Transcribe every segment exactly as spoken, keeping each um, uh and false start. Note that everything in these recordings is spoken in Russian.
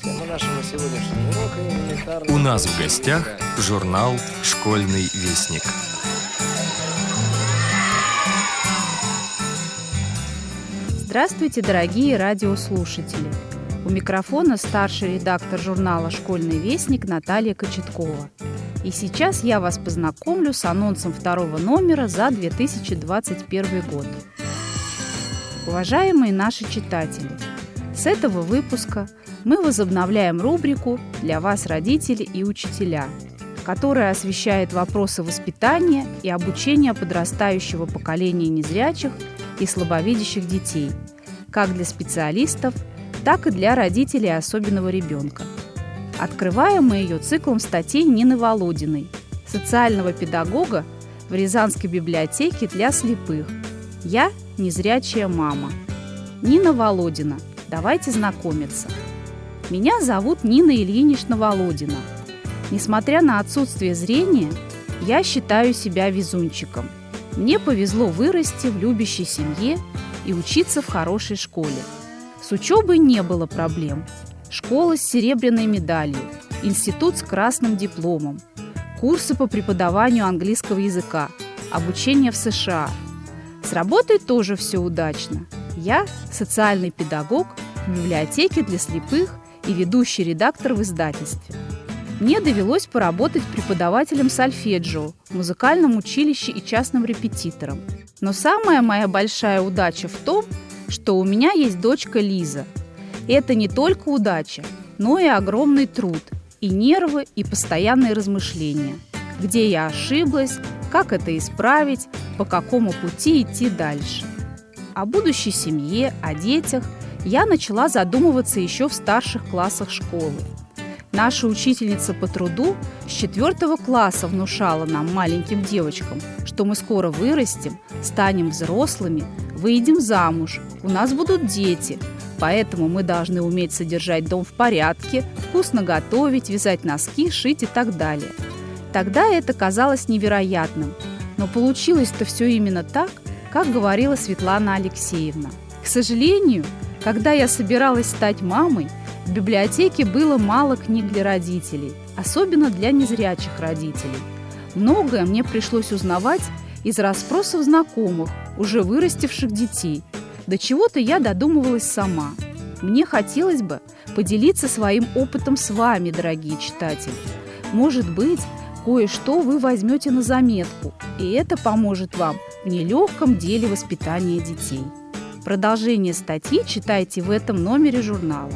Тема нашего сегодняшнего урока элементарная. У нас в гостях журнал «Школьный вестник». Здравствуйте, дорогие радиослушатели! У микрофона старший редактор журнала «Школьный вестник» Наталья Кочеткова. И сейчас я вас познакомлю с анонсом второго номера за две тысячи двадцать первый год. Уважаемые наши читатели, с этого выпуска мы возобновляем рубрику «Для вас, родители и учителя», которая освещает вопросы воспитания и обучения подрастающего поколения незрячих и слабовидящих детей, как для специалистов, так и для родителей особенного ребенка. Открываем мы ее циклом статей Нины Володиной, социального педагога в Рязанской библиотеке для слепых. «Я – незрячая мама». Нина Володина. Давайте знакомиться. Меня зовут Нина Ильинична Володина. Несмотря на отсутствие зрения, я считаю себя везунчиком. Мне повезло вырасти в любящей семье и учиться в хорошей школе. С учебой не было проблем. Школа с серебряной медалью, институт с красным дипломом, курсы по преподаванию английского языка, обучение в США. С работой тоже все удачно. Я социальный педагог в библиотеке для слепых и ведущий редактор в издательстве. Мне довелось поработать преподавателем сольфеджио в музыкальном училище и частным репетитором. Но самая моя большая удача в том, что у меня есть дочка Лиза. Это не только удача, но и огромный труд, и нервы, и постоянные размышления. Где я ошиблась, как это исправить, по какому пути идти дальше. О будущей семье, о детях я начала задумываться еще в старших классах школы. Наша учительница по труду с четвертого класса внушала нам, маленьким девочкам, что мы скоро вырастем, станем взрослыми, выйдем замуж, у нас будут дети, поэтому мы должны уметь содержать дом в порядке, вкусно готовить, вязать носки, шить и так далее. Тогда это казалось невероятным, но получилось-то все именно так, как говорила Светлана Алексеевна. К сожалению, когда я собиралась стать мамой, в библиотеке было мало книг для родителей, особенно для незрячих родителей. Многое мне пришлось узнавать из расспросов знакомых, уже вырастивших детей. До чего-то я додумывалась сама. Мне хотелось бы поделиться своим опытом с вами, дорогие читатели. Может быть, кое-что вы возьмете на заметку, и это поможет вам в нелегком деле воспитания детей. Продолжение статьи читайте в этом номере журнала.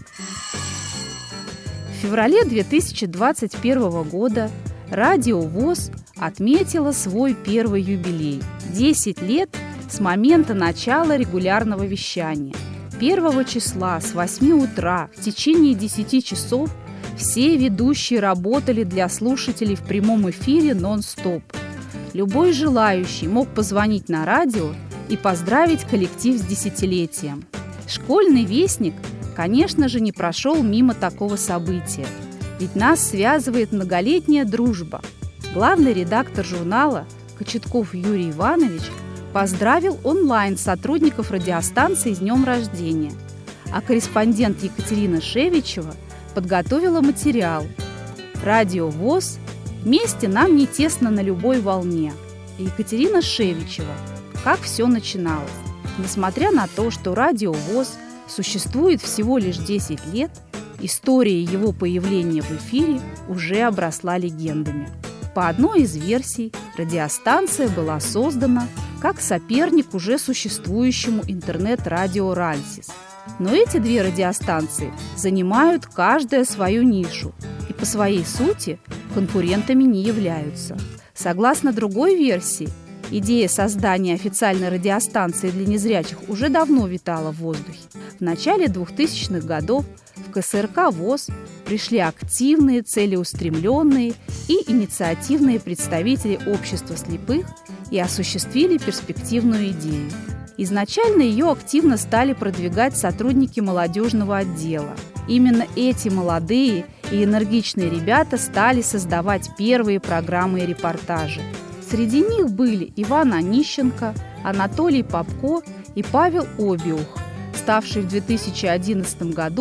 В феврале две тысячи двадцать первого года Радио ВОС отметило свой первый юбилей – десять лет с момента начала регулярного вещания. первого числа с восьми утра в течение десяти часов все ведущие работали для слушателей в прямом эфире нон-стоп. Любой желающий мог позвонить на радио и поздравить коллектив с десятилетием. «Школьный вестник», конечно же, не прошел мимо такого события, ведь нас связывает многолетняя дружба. Главный редактор журнала Кочетков Юрий Иванович поздравил онлайн сотрудников радиостанции с днем рождения, а корреспондент Екатерина Шевичева подготовила материал «Радио ВОС. Вместе нам не тесно на любой волне». Екатерина Шевичева. Как все начиналось. Несмотря на то, что Радио ВОС существует всего лишь десять лет, история его появления в эфире уже обросла легендами. По одной из версий, радиостанция была создана как соперник уже существующему интернет-радио «Ральсис». Но эти две радиостанции занимают каждая свою нишу и по своей сути конкурентами не являются. Согласно другой версии, идея создания официальной радиостанции для незрячих уже давно витала в воздухе. В начале двухтысячных годов в ка эс эр ка ВОС пришли активные, целеустремленные и инициативные представители общества слепых и осуществили перспективную идею. Изначально ее активно стали продвигать сотрудники молодежного отдела. Именно эти молодые и энергичные ребята стали создавать первые программы и репортажи. Среди них были Иван Онищенко, Анатолий Попко и Павел Обиух, ставший в две тысячи одиннадцатом году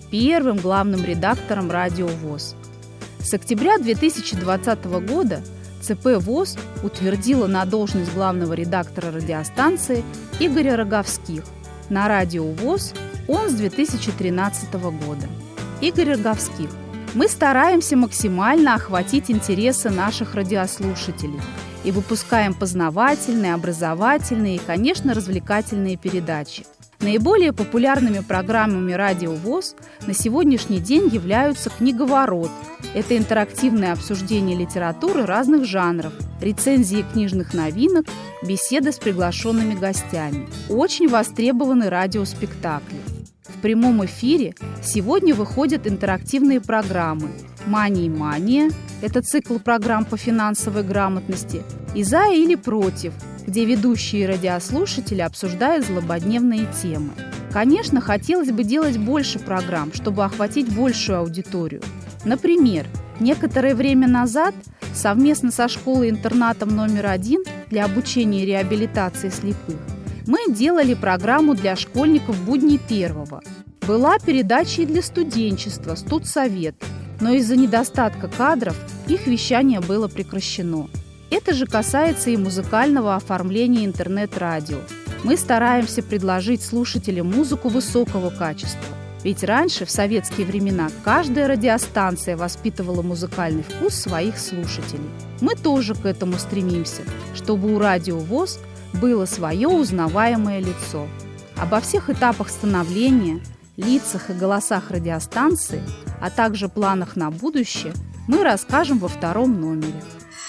первым главным редактором «Радио ВОС». С октября две тысячи двадцатого года ЦП ВОС утвердила на должность главного редактора радиостанции Игоря Роговских. На «Радио ВОС» он с две тысячи тринадцатого года. Игорь Роговских. Мы стараемся максимально охватить интересы наших радиослушателей и выпускаем познавательные, образовательные и, конечно, развлекательные передачи. Наиболее популярными программами «Радио ВОС» на сегодняшний день являются «Книговорот». Это интерактивное обсуждение литературы разных жанров, рецензии книжных новинок, беседы с приглашенными гостями. Очень востребованы радиоспектакли. В прямом эфире сегодня выходят интерактивные программы «Мания-мания» – это цикл программ по финансовой грамотности, и «За или против», где ведущие и радиослушатели обсуждают злободневные темы. Конечно, хотелось бы делать больше программ, чтобы охватить большую аудиторию. Например, некоторое время назад совместно со школой-интернатом номер один для обучения и реабилитации слепых мы делали программу для школьников «Будни первого». Была передача и для студенчества «Студсовет», но из-за недостатка кадров их вещание было прекращено. Это же касается и музыкального оформления интернет-радио. Мы стараемся предложить слушателям музыку высокого качества. Ведь раньше, в советские времена, каждая радиостанция воспитывала музыкальный вкус своих слушателей. Мы тоже к этому стремимся, чтобы у «Радио ВОС» было свое узнаваемое лицо. Обо всех этапах становления, лицах и голосах радиостанции, а также планах на будущее мы расскажем во втором номере.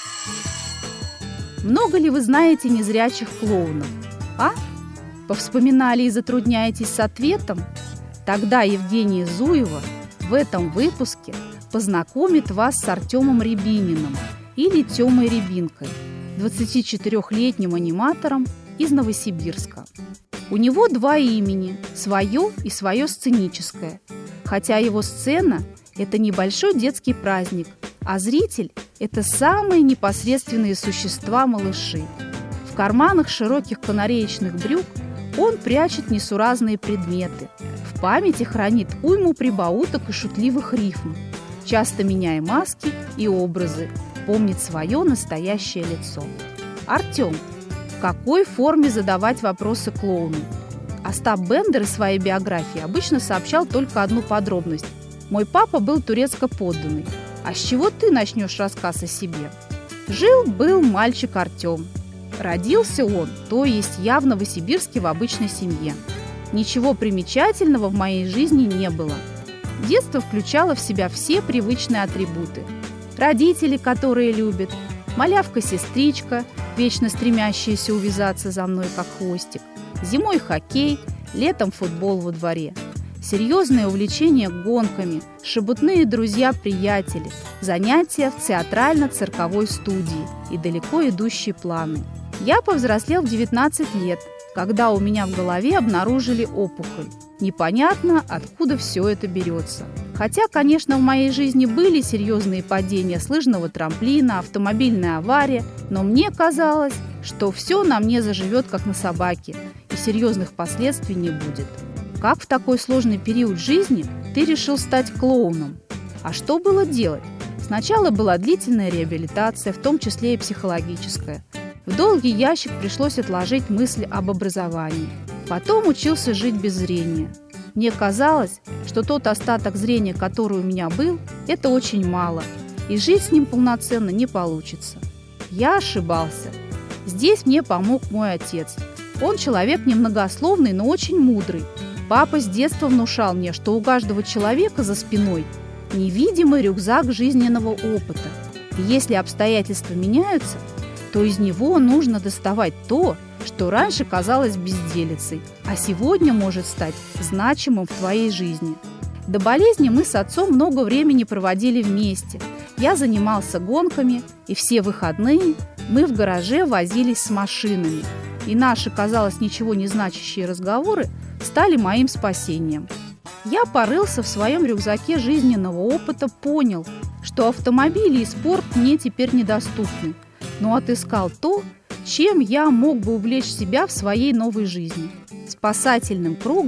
Много ли вы знаете незрячих клоунов? А? Повспоминали и затрудняетесь с ответом? Тогда Евгения Зуева в этом выпуске познакомит вас с Артемом Рябининым или Тёмой Рябинкой, двадцатичетырёхлетним аниматором из Новосибирска. У него два имени – свое и свое сценическое, хотя его сцена – это небольшой детский праздник, а зритель – это самые непосредственные существа малыши. В карманах широких канареечных брюк он прячет несуразные предметы. В памяти хранит уйму прибауток и шутливых рифм, часто меняя маски и образы, помнит свое настоящее лицо. Артем. В какой форме задавать вопросы клоуну? Остап Бендер из своей биографии обычно сообщал только одну подробность. «Мой папа был турецко-подданный. А с чего ты начнешь рассказ о себе?» Жил-был мальчик Артем. Родился он, то есть я, в Новосибирске в обычной семье. Ничего примечательного в моей жизни не было. Детство включало в себя все привычные атрибуты. Родители, которые любят, малявка-сестричка, вечно стремящаяся увязаться за мной, как хвостик, зимой хоккей, летом футбол во дворе. Серьезное увлечение гонками, шебутные друзья-приятели, занятия в театрально-цирковой студии и далеко идущие планы. Я повзрослел в девятнадцать лет, когда у меня в голове обнаружили опухоль. Непонятно, откуда все это берется. Хотя, конечно, в моей жизни были серьезные падения с лыжного трамплина, автомобильная авария, но мне казалось, что все на мне заживет, как на собаке, и серьезных последствий не будет. Как в такой сложный период жизни ты решил стать клоуном? А что было делать? Сначала была длительная реабилитация, в том числе и психологическая. В долгий ящик пришлось отложить мысль об образовании. Потом учился жить без зрения. Мне казалось, что тот остаток зрения, который у меня был, это очень мало, и жить с ним полноценно не получится. Я ошибался. Здесь мне помог мой отец. Он человек немногословный, но очень мудрый. Папа с детства внушал мне, что у каждого человека за спиной невидимый рюкзак жизненного опыта. И если обстоятельства меняются, то из него нужно доставать то, что раньше казалось безделицей, а сегодня может стать значимым в твоей жизни. До болезни мы с отцом много времени проводили вместе. Я занимался гонками, и все выходные мы в гараже возились с машинами. И наши, казалось, ничего не значащие разговоры стали моим спасением. Я порылся в своем рюкзаке жизненного опыта, понял, что автомобили и спорт мне теперь недоступны, но отыскал то, чем я мог бы увлечь себя в своей новой жизни. Спасательным кругом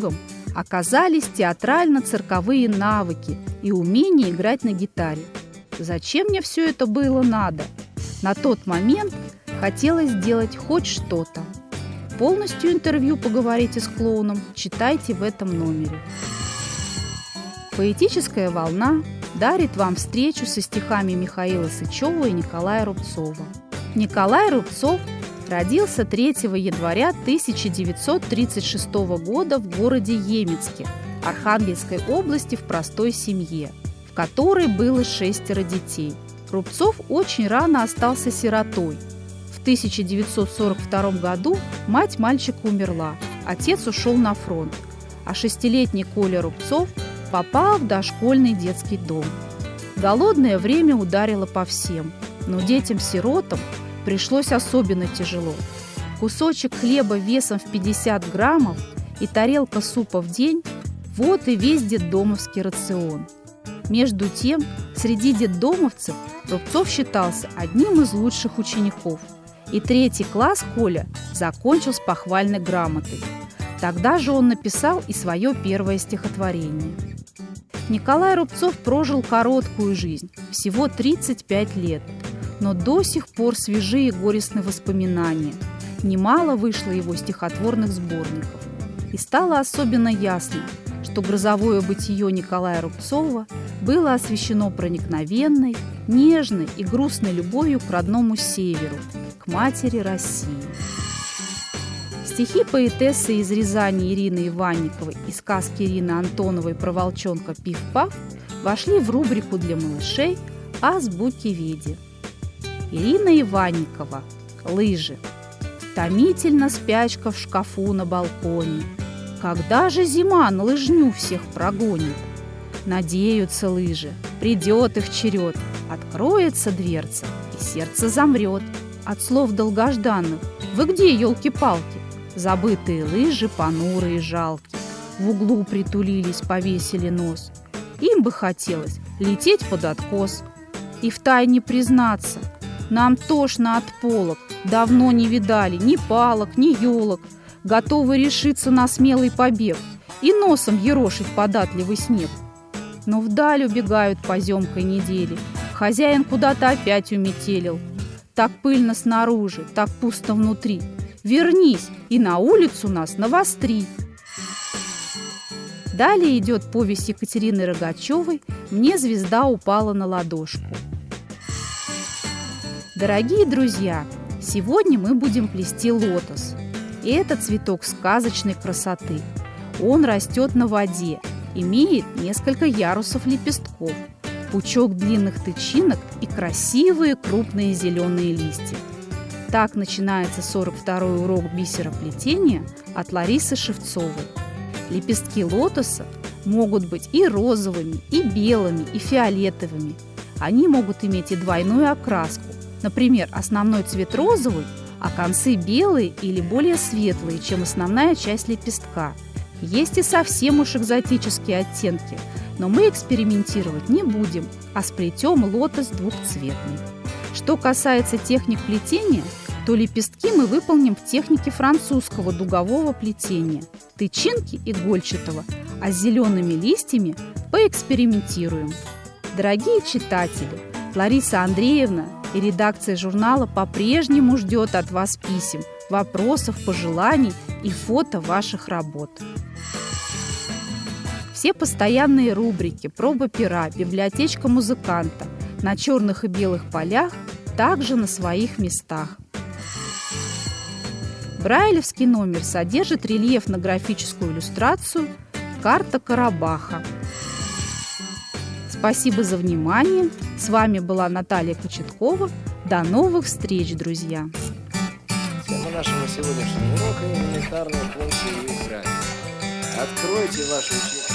оказались театрально-цирковые навыки и умение играть на гитаре. Зачем мне все это было надо? На тот момент хотелось сделать хоть что-то. Полностью интервью «Поговорите с клоуном» читайте в этом номере. Поэтическая волна дарит вам встречу со стихами Михаила Сычева и Николая Рубцова. Николай Рубцов родился третьего января тысяча девятьсот тридцать шестого года в городе Емецке, Архангельской области, в простой семье, в которой было шестеро детей. Рубцов очень рано остался сиротой. В тысяча девятьсот сорок втором году мать мальчика умерла, отец ушел на фронт, а шестилетний Коля Рубцов попал в дошкольный детский дом. Голодное время ударило по всем, но детям-сиротам пришлось особенно тяжело. Кусочек хлеба весом в пятьдесят граммов и тарелка супа в день – вот и весь детдомовский рацион. Между тем, среди детдомовцев Рубцов считался одним из лучших учеников, и третий класс Коля закончил с похвальной грамотой. Тогда же он написал и свое первое стихотворение. Николай Рубцов прожил короткую жизнь, всего тридцать пять лет, но до сих пор свежи и горестные воспоминания. Немало вышло его стихотворных сборников. И стало особенно ясно, что грозовое бытие Николая Рубцова было освещено проникновенной, нежной и грустной любовью к родному северу, к матери России. Стихи поэтессы из Рязани Ирины Иванниковой и сказки Ирины Антоновой про волчонка Пиф-Паф вошли в рубрику для малышей «Азбуки Веди». Ирина Иванникова. Лыжи. Томительно спячка в шкафу на балконе. Когда же зима на лыжню всех прогонит? Надеются лыжи, придет их черед, откроется дверца, и сердце замрет. От слов долгожданных: «Вы где, елки-палки?» Забытые лыжи понурые и жалки в углу притулились, повесили нос. Им бы хотелось лететь под откос и втайне признаться: нам тошно от полок, давно не видали ни палок, ни елок, готовы решиться на смелый побег и носом ерошить податливый снег. Но вдаль убегают поземкой недели, хозяин куда-то опять уметелил. Так пыльно снаружи, так пусто внутри. Вернись и на улицу нас навостри. Далее идет повесть Екатерины Рогачевой «Мне звезда упала на ладошку». Дорогие друзья, сегодня мы будем плести лотос. И это цветок сказочной красоты. Он растет на воде, имеет несколько ярусов лепестков, пучок длинных тычинок и красивые крупные зеленые листья. Так начинается сорок второй урок бисероплетения от Ларисы Шевцовой. Лепестки лотоса могут быть и розовыми, и белыми, и фиолетовыми. Они могут иметь и двойную окраску. Например, основной цвет розовый, а концы белые или более светлые, чем основная часть лепестка. Есть и совсем уж экзотические оттенки, но мы экспериментировать не будем, а сплетем лотос двухцветный. Что касается техник плетения, то лепестки мы выполним в технике французского дугового плетения, тычинки игольчатого, а с зелеными листьями поэкспериментируем. Дорогие читатели, Лариса Андреевна и редакция журнала по-прежнему ждет от вас писем, вопросов, пожеланий и фото ваших работ. Все постоянные рубрики «Проба пера», «Библиотечка музыканта» на черных и белых полях также на своих местах. Брайлевский номер содержит рельефно-графическую иллюстрацию «Карта Карабаха». Спасибо за внимание. С вами была Наталья Кочеткова. До новых встреч, друзья! Тема нашего сегодняшнего урока – элементарные функции игры. Откройте ваши учебники.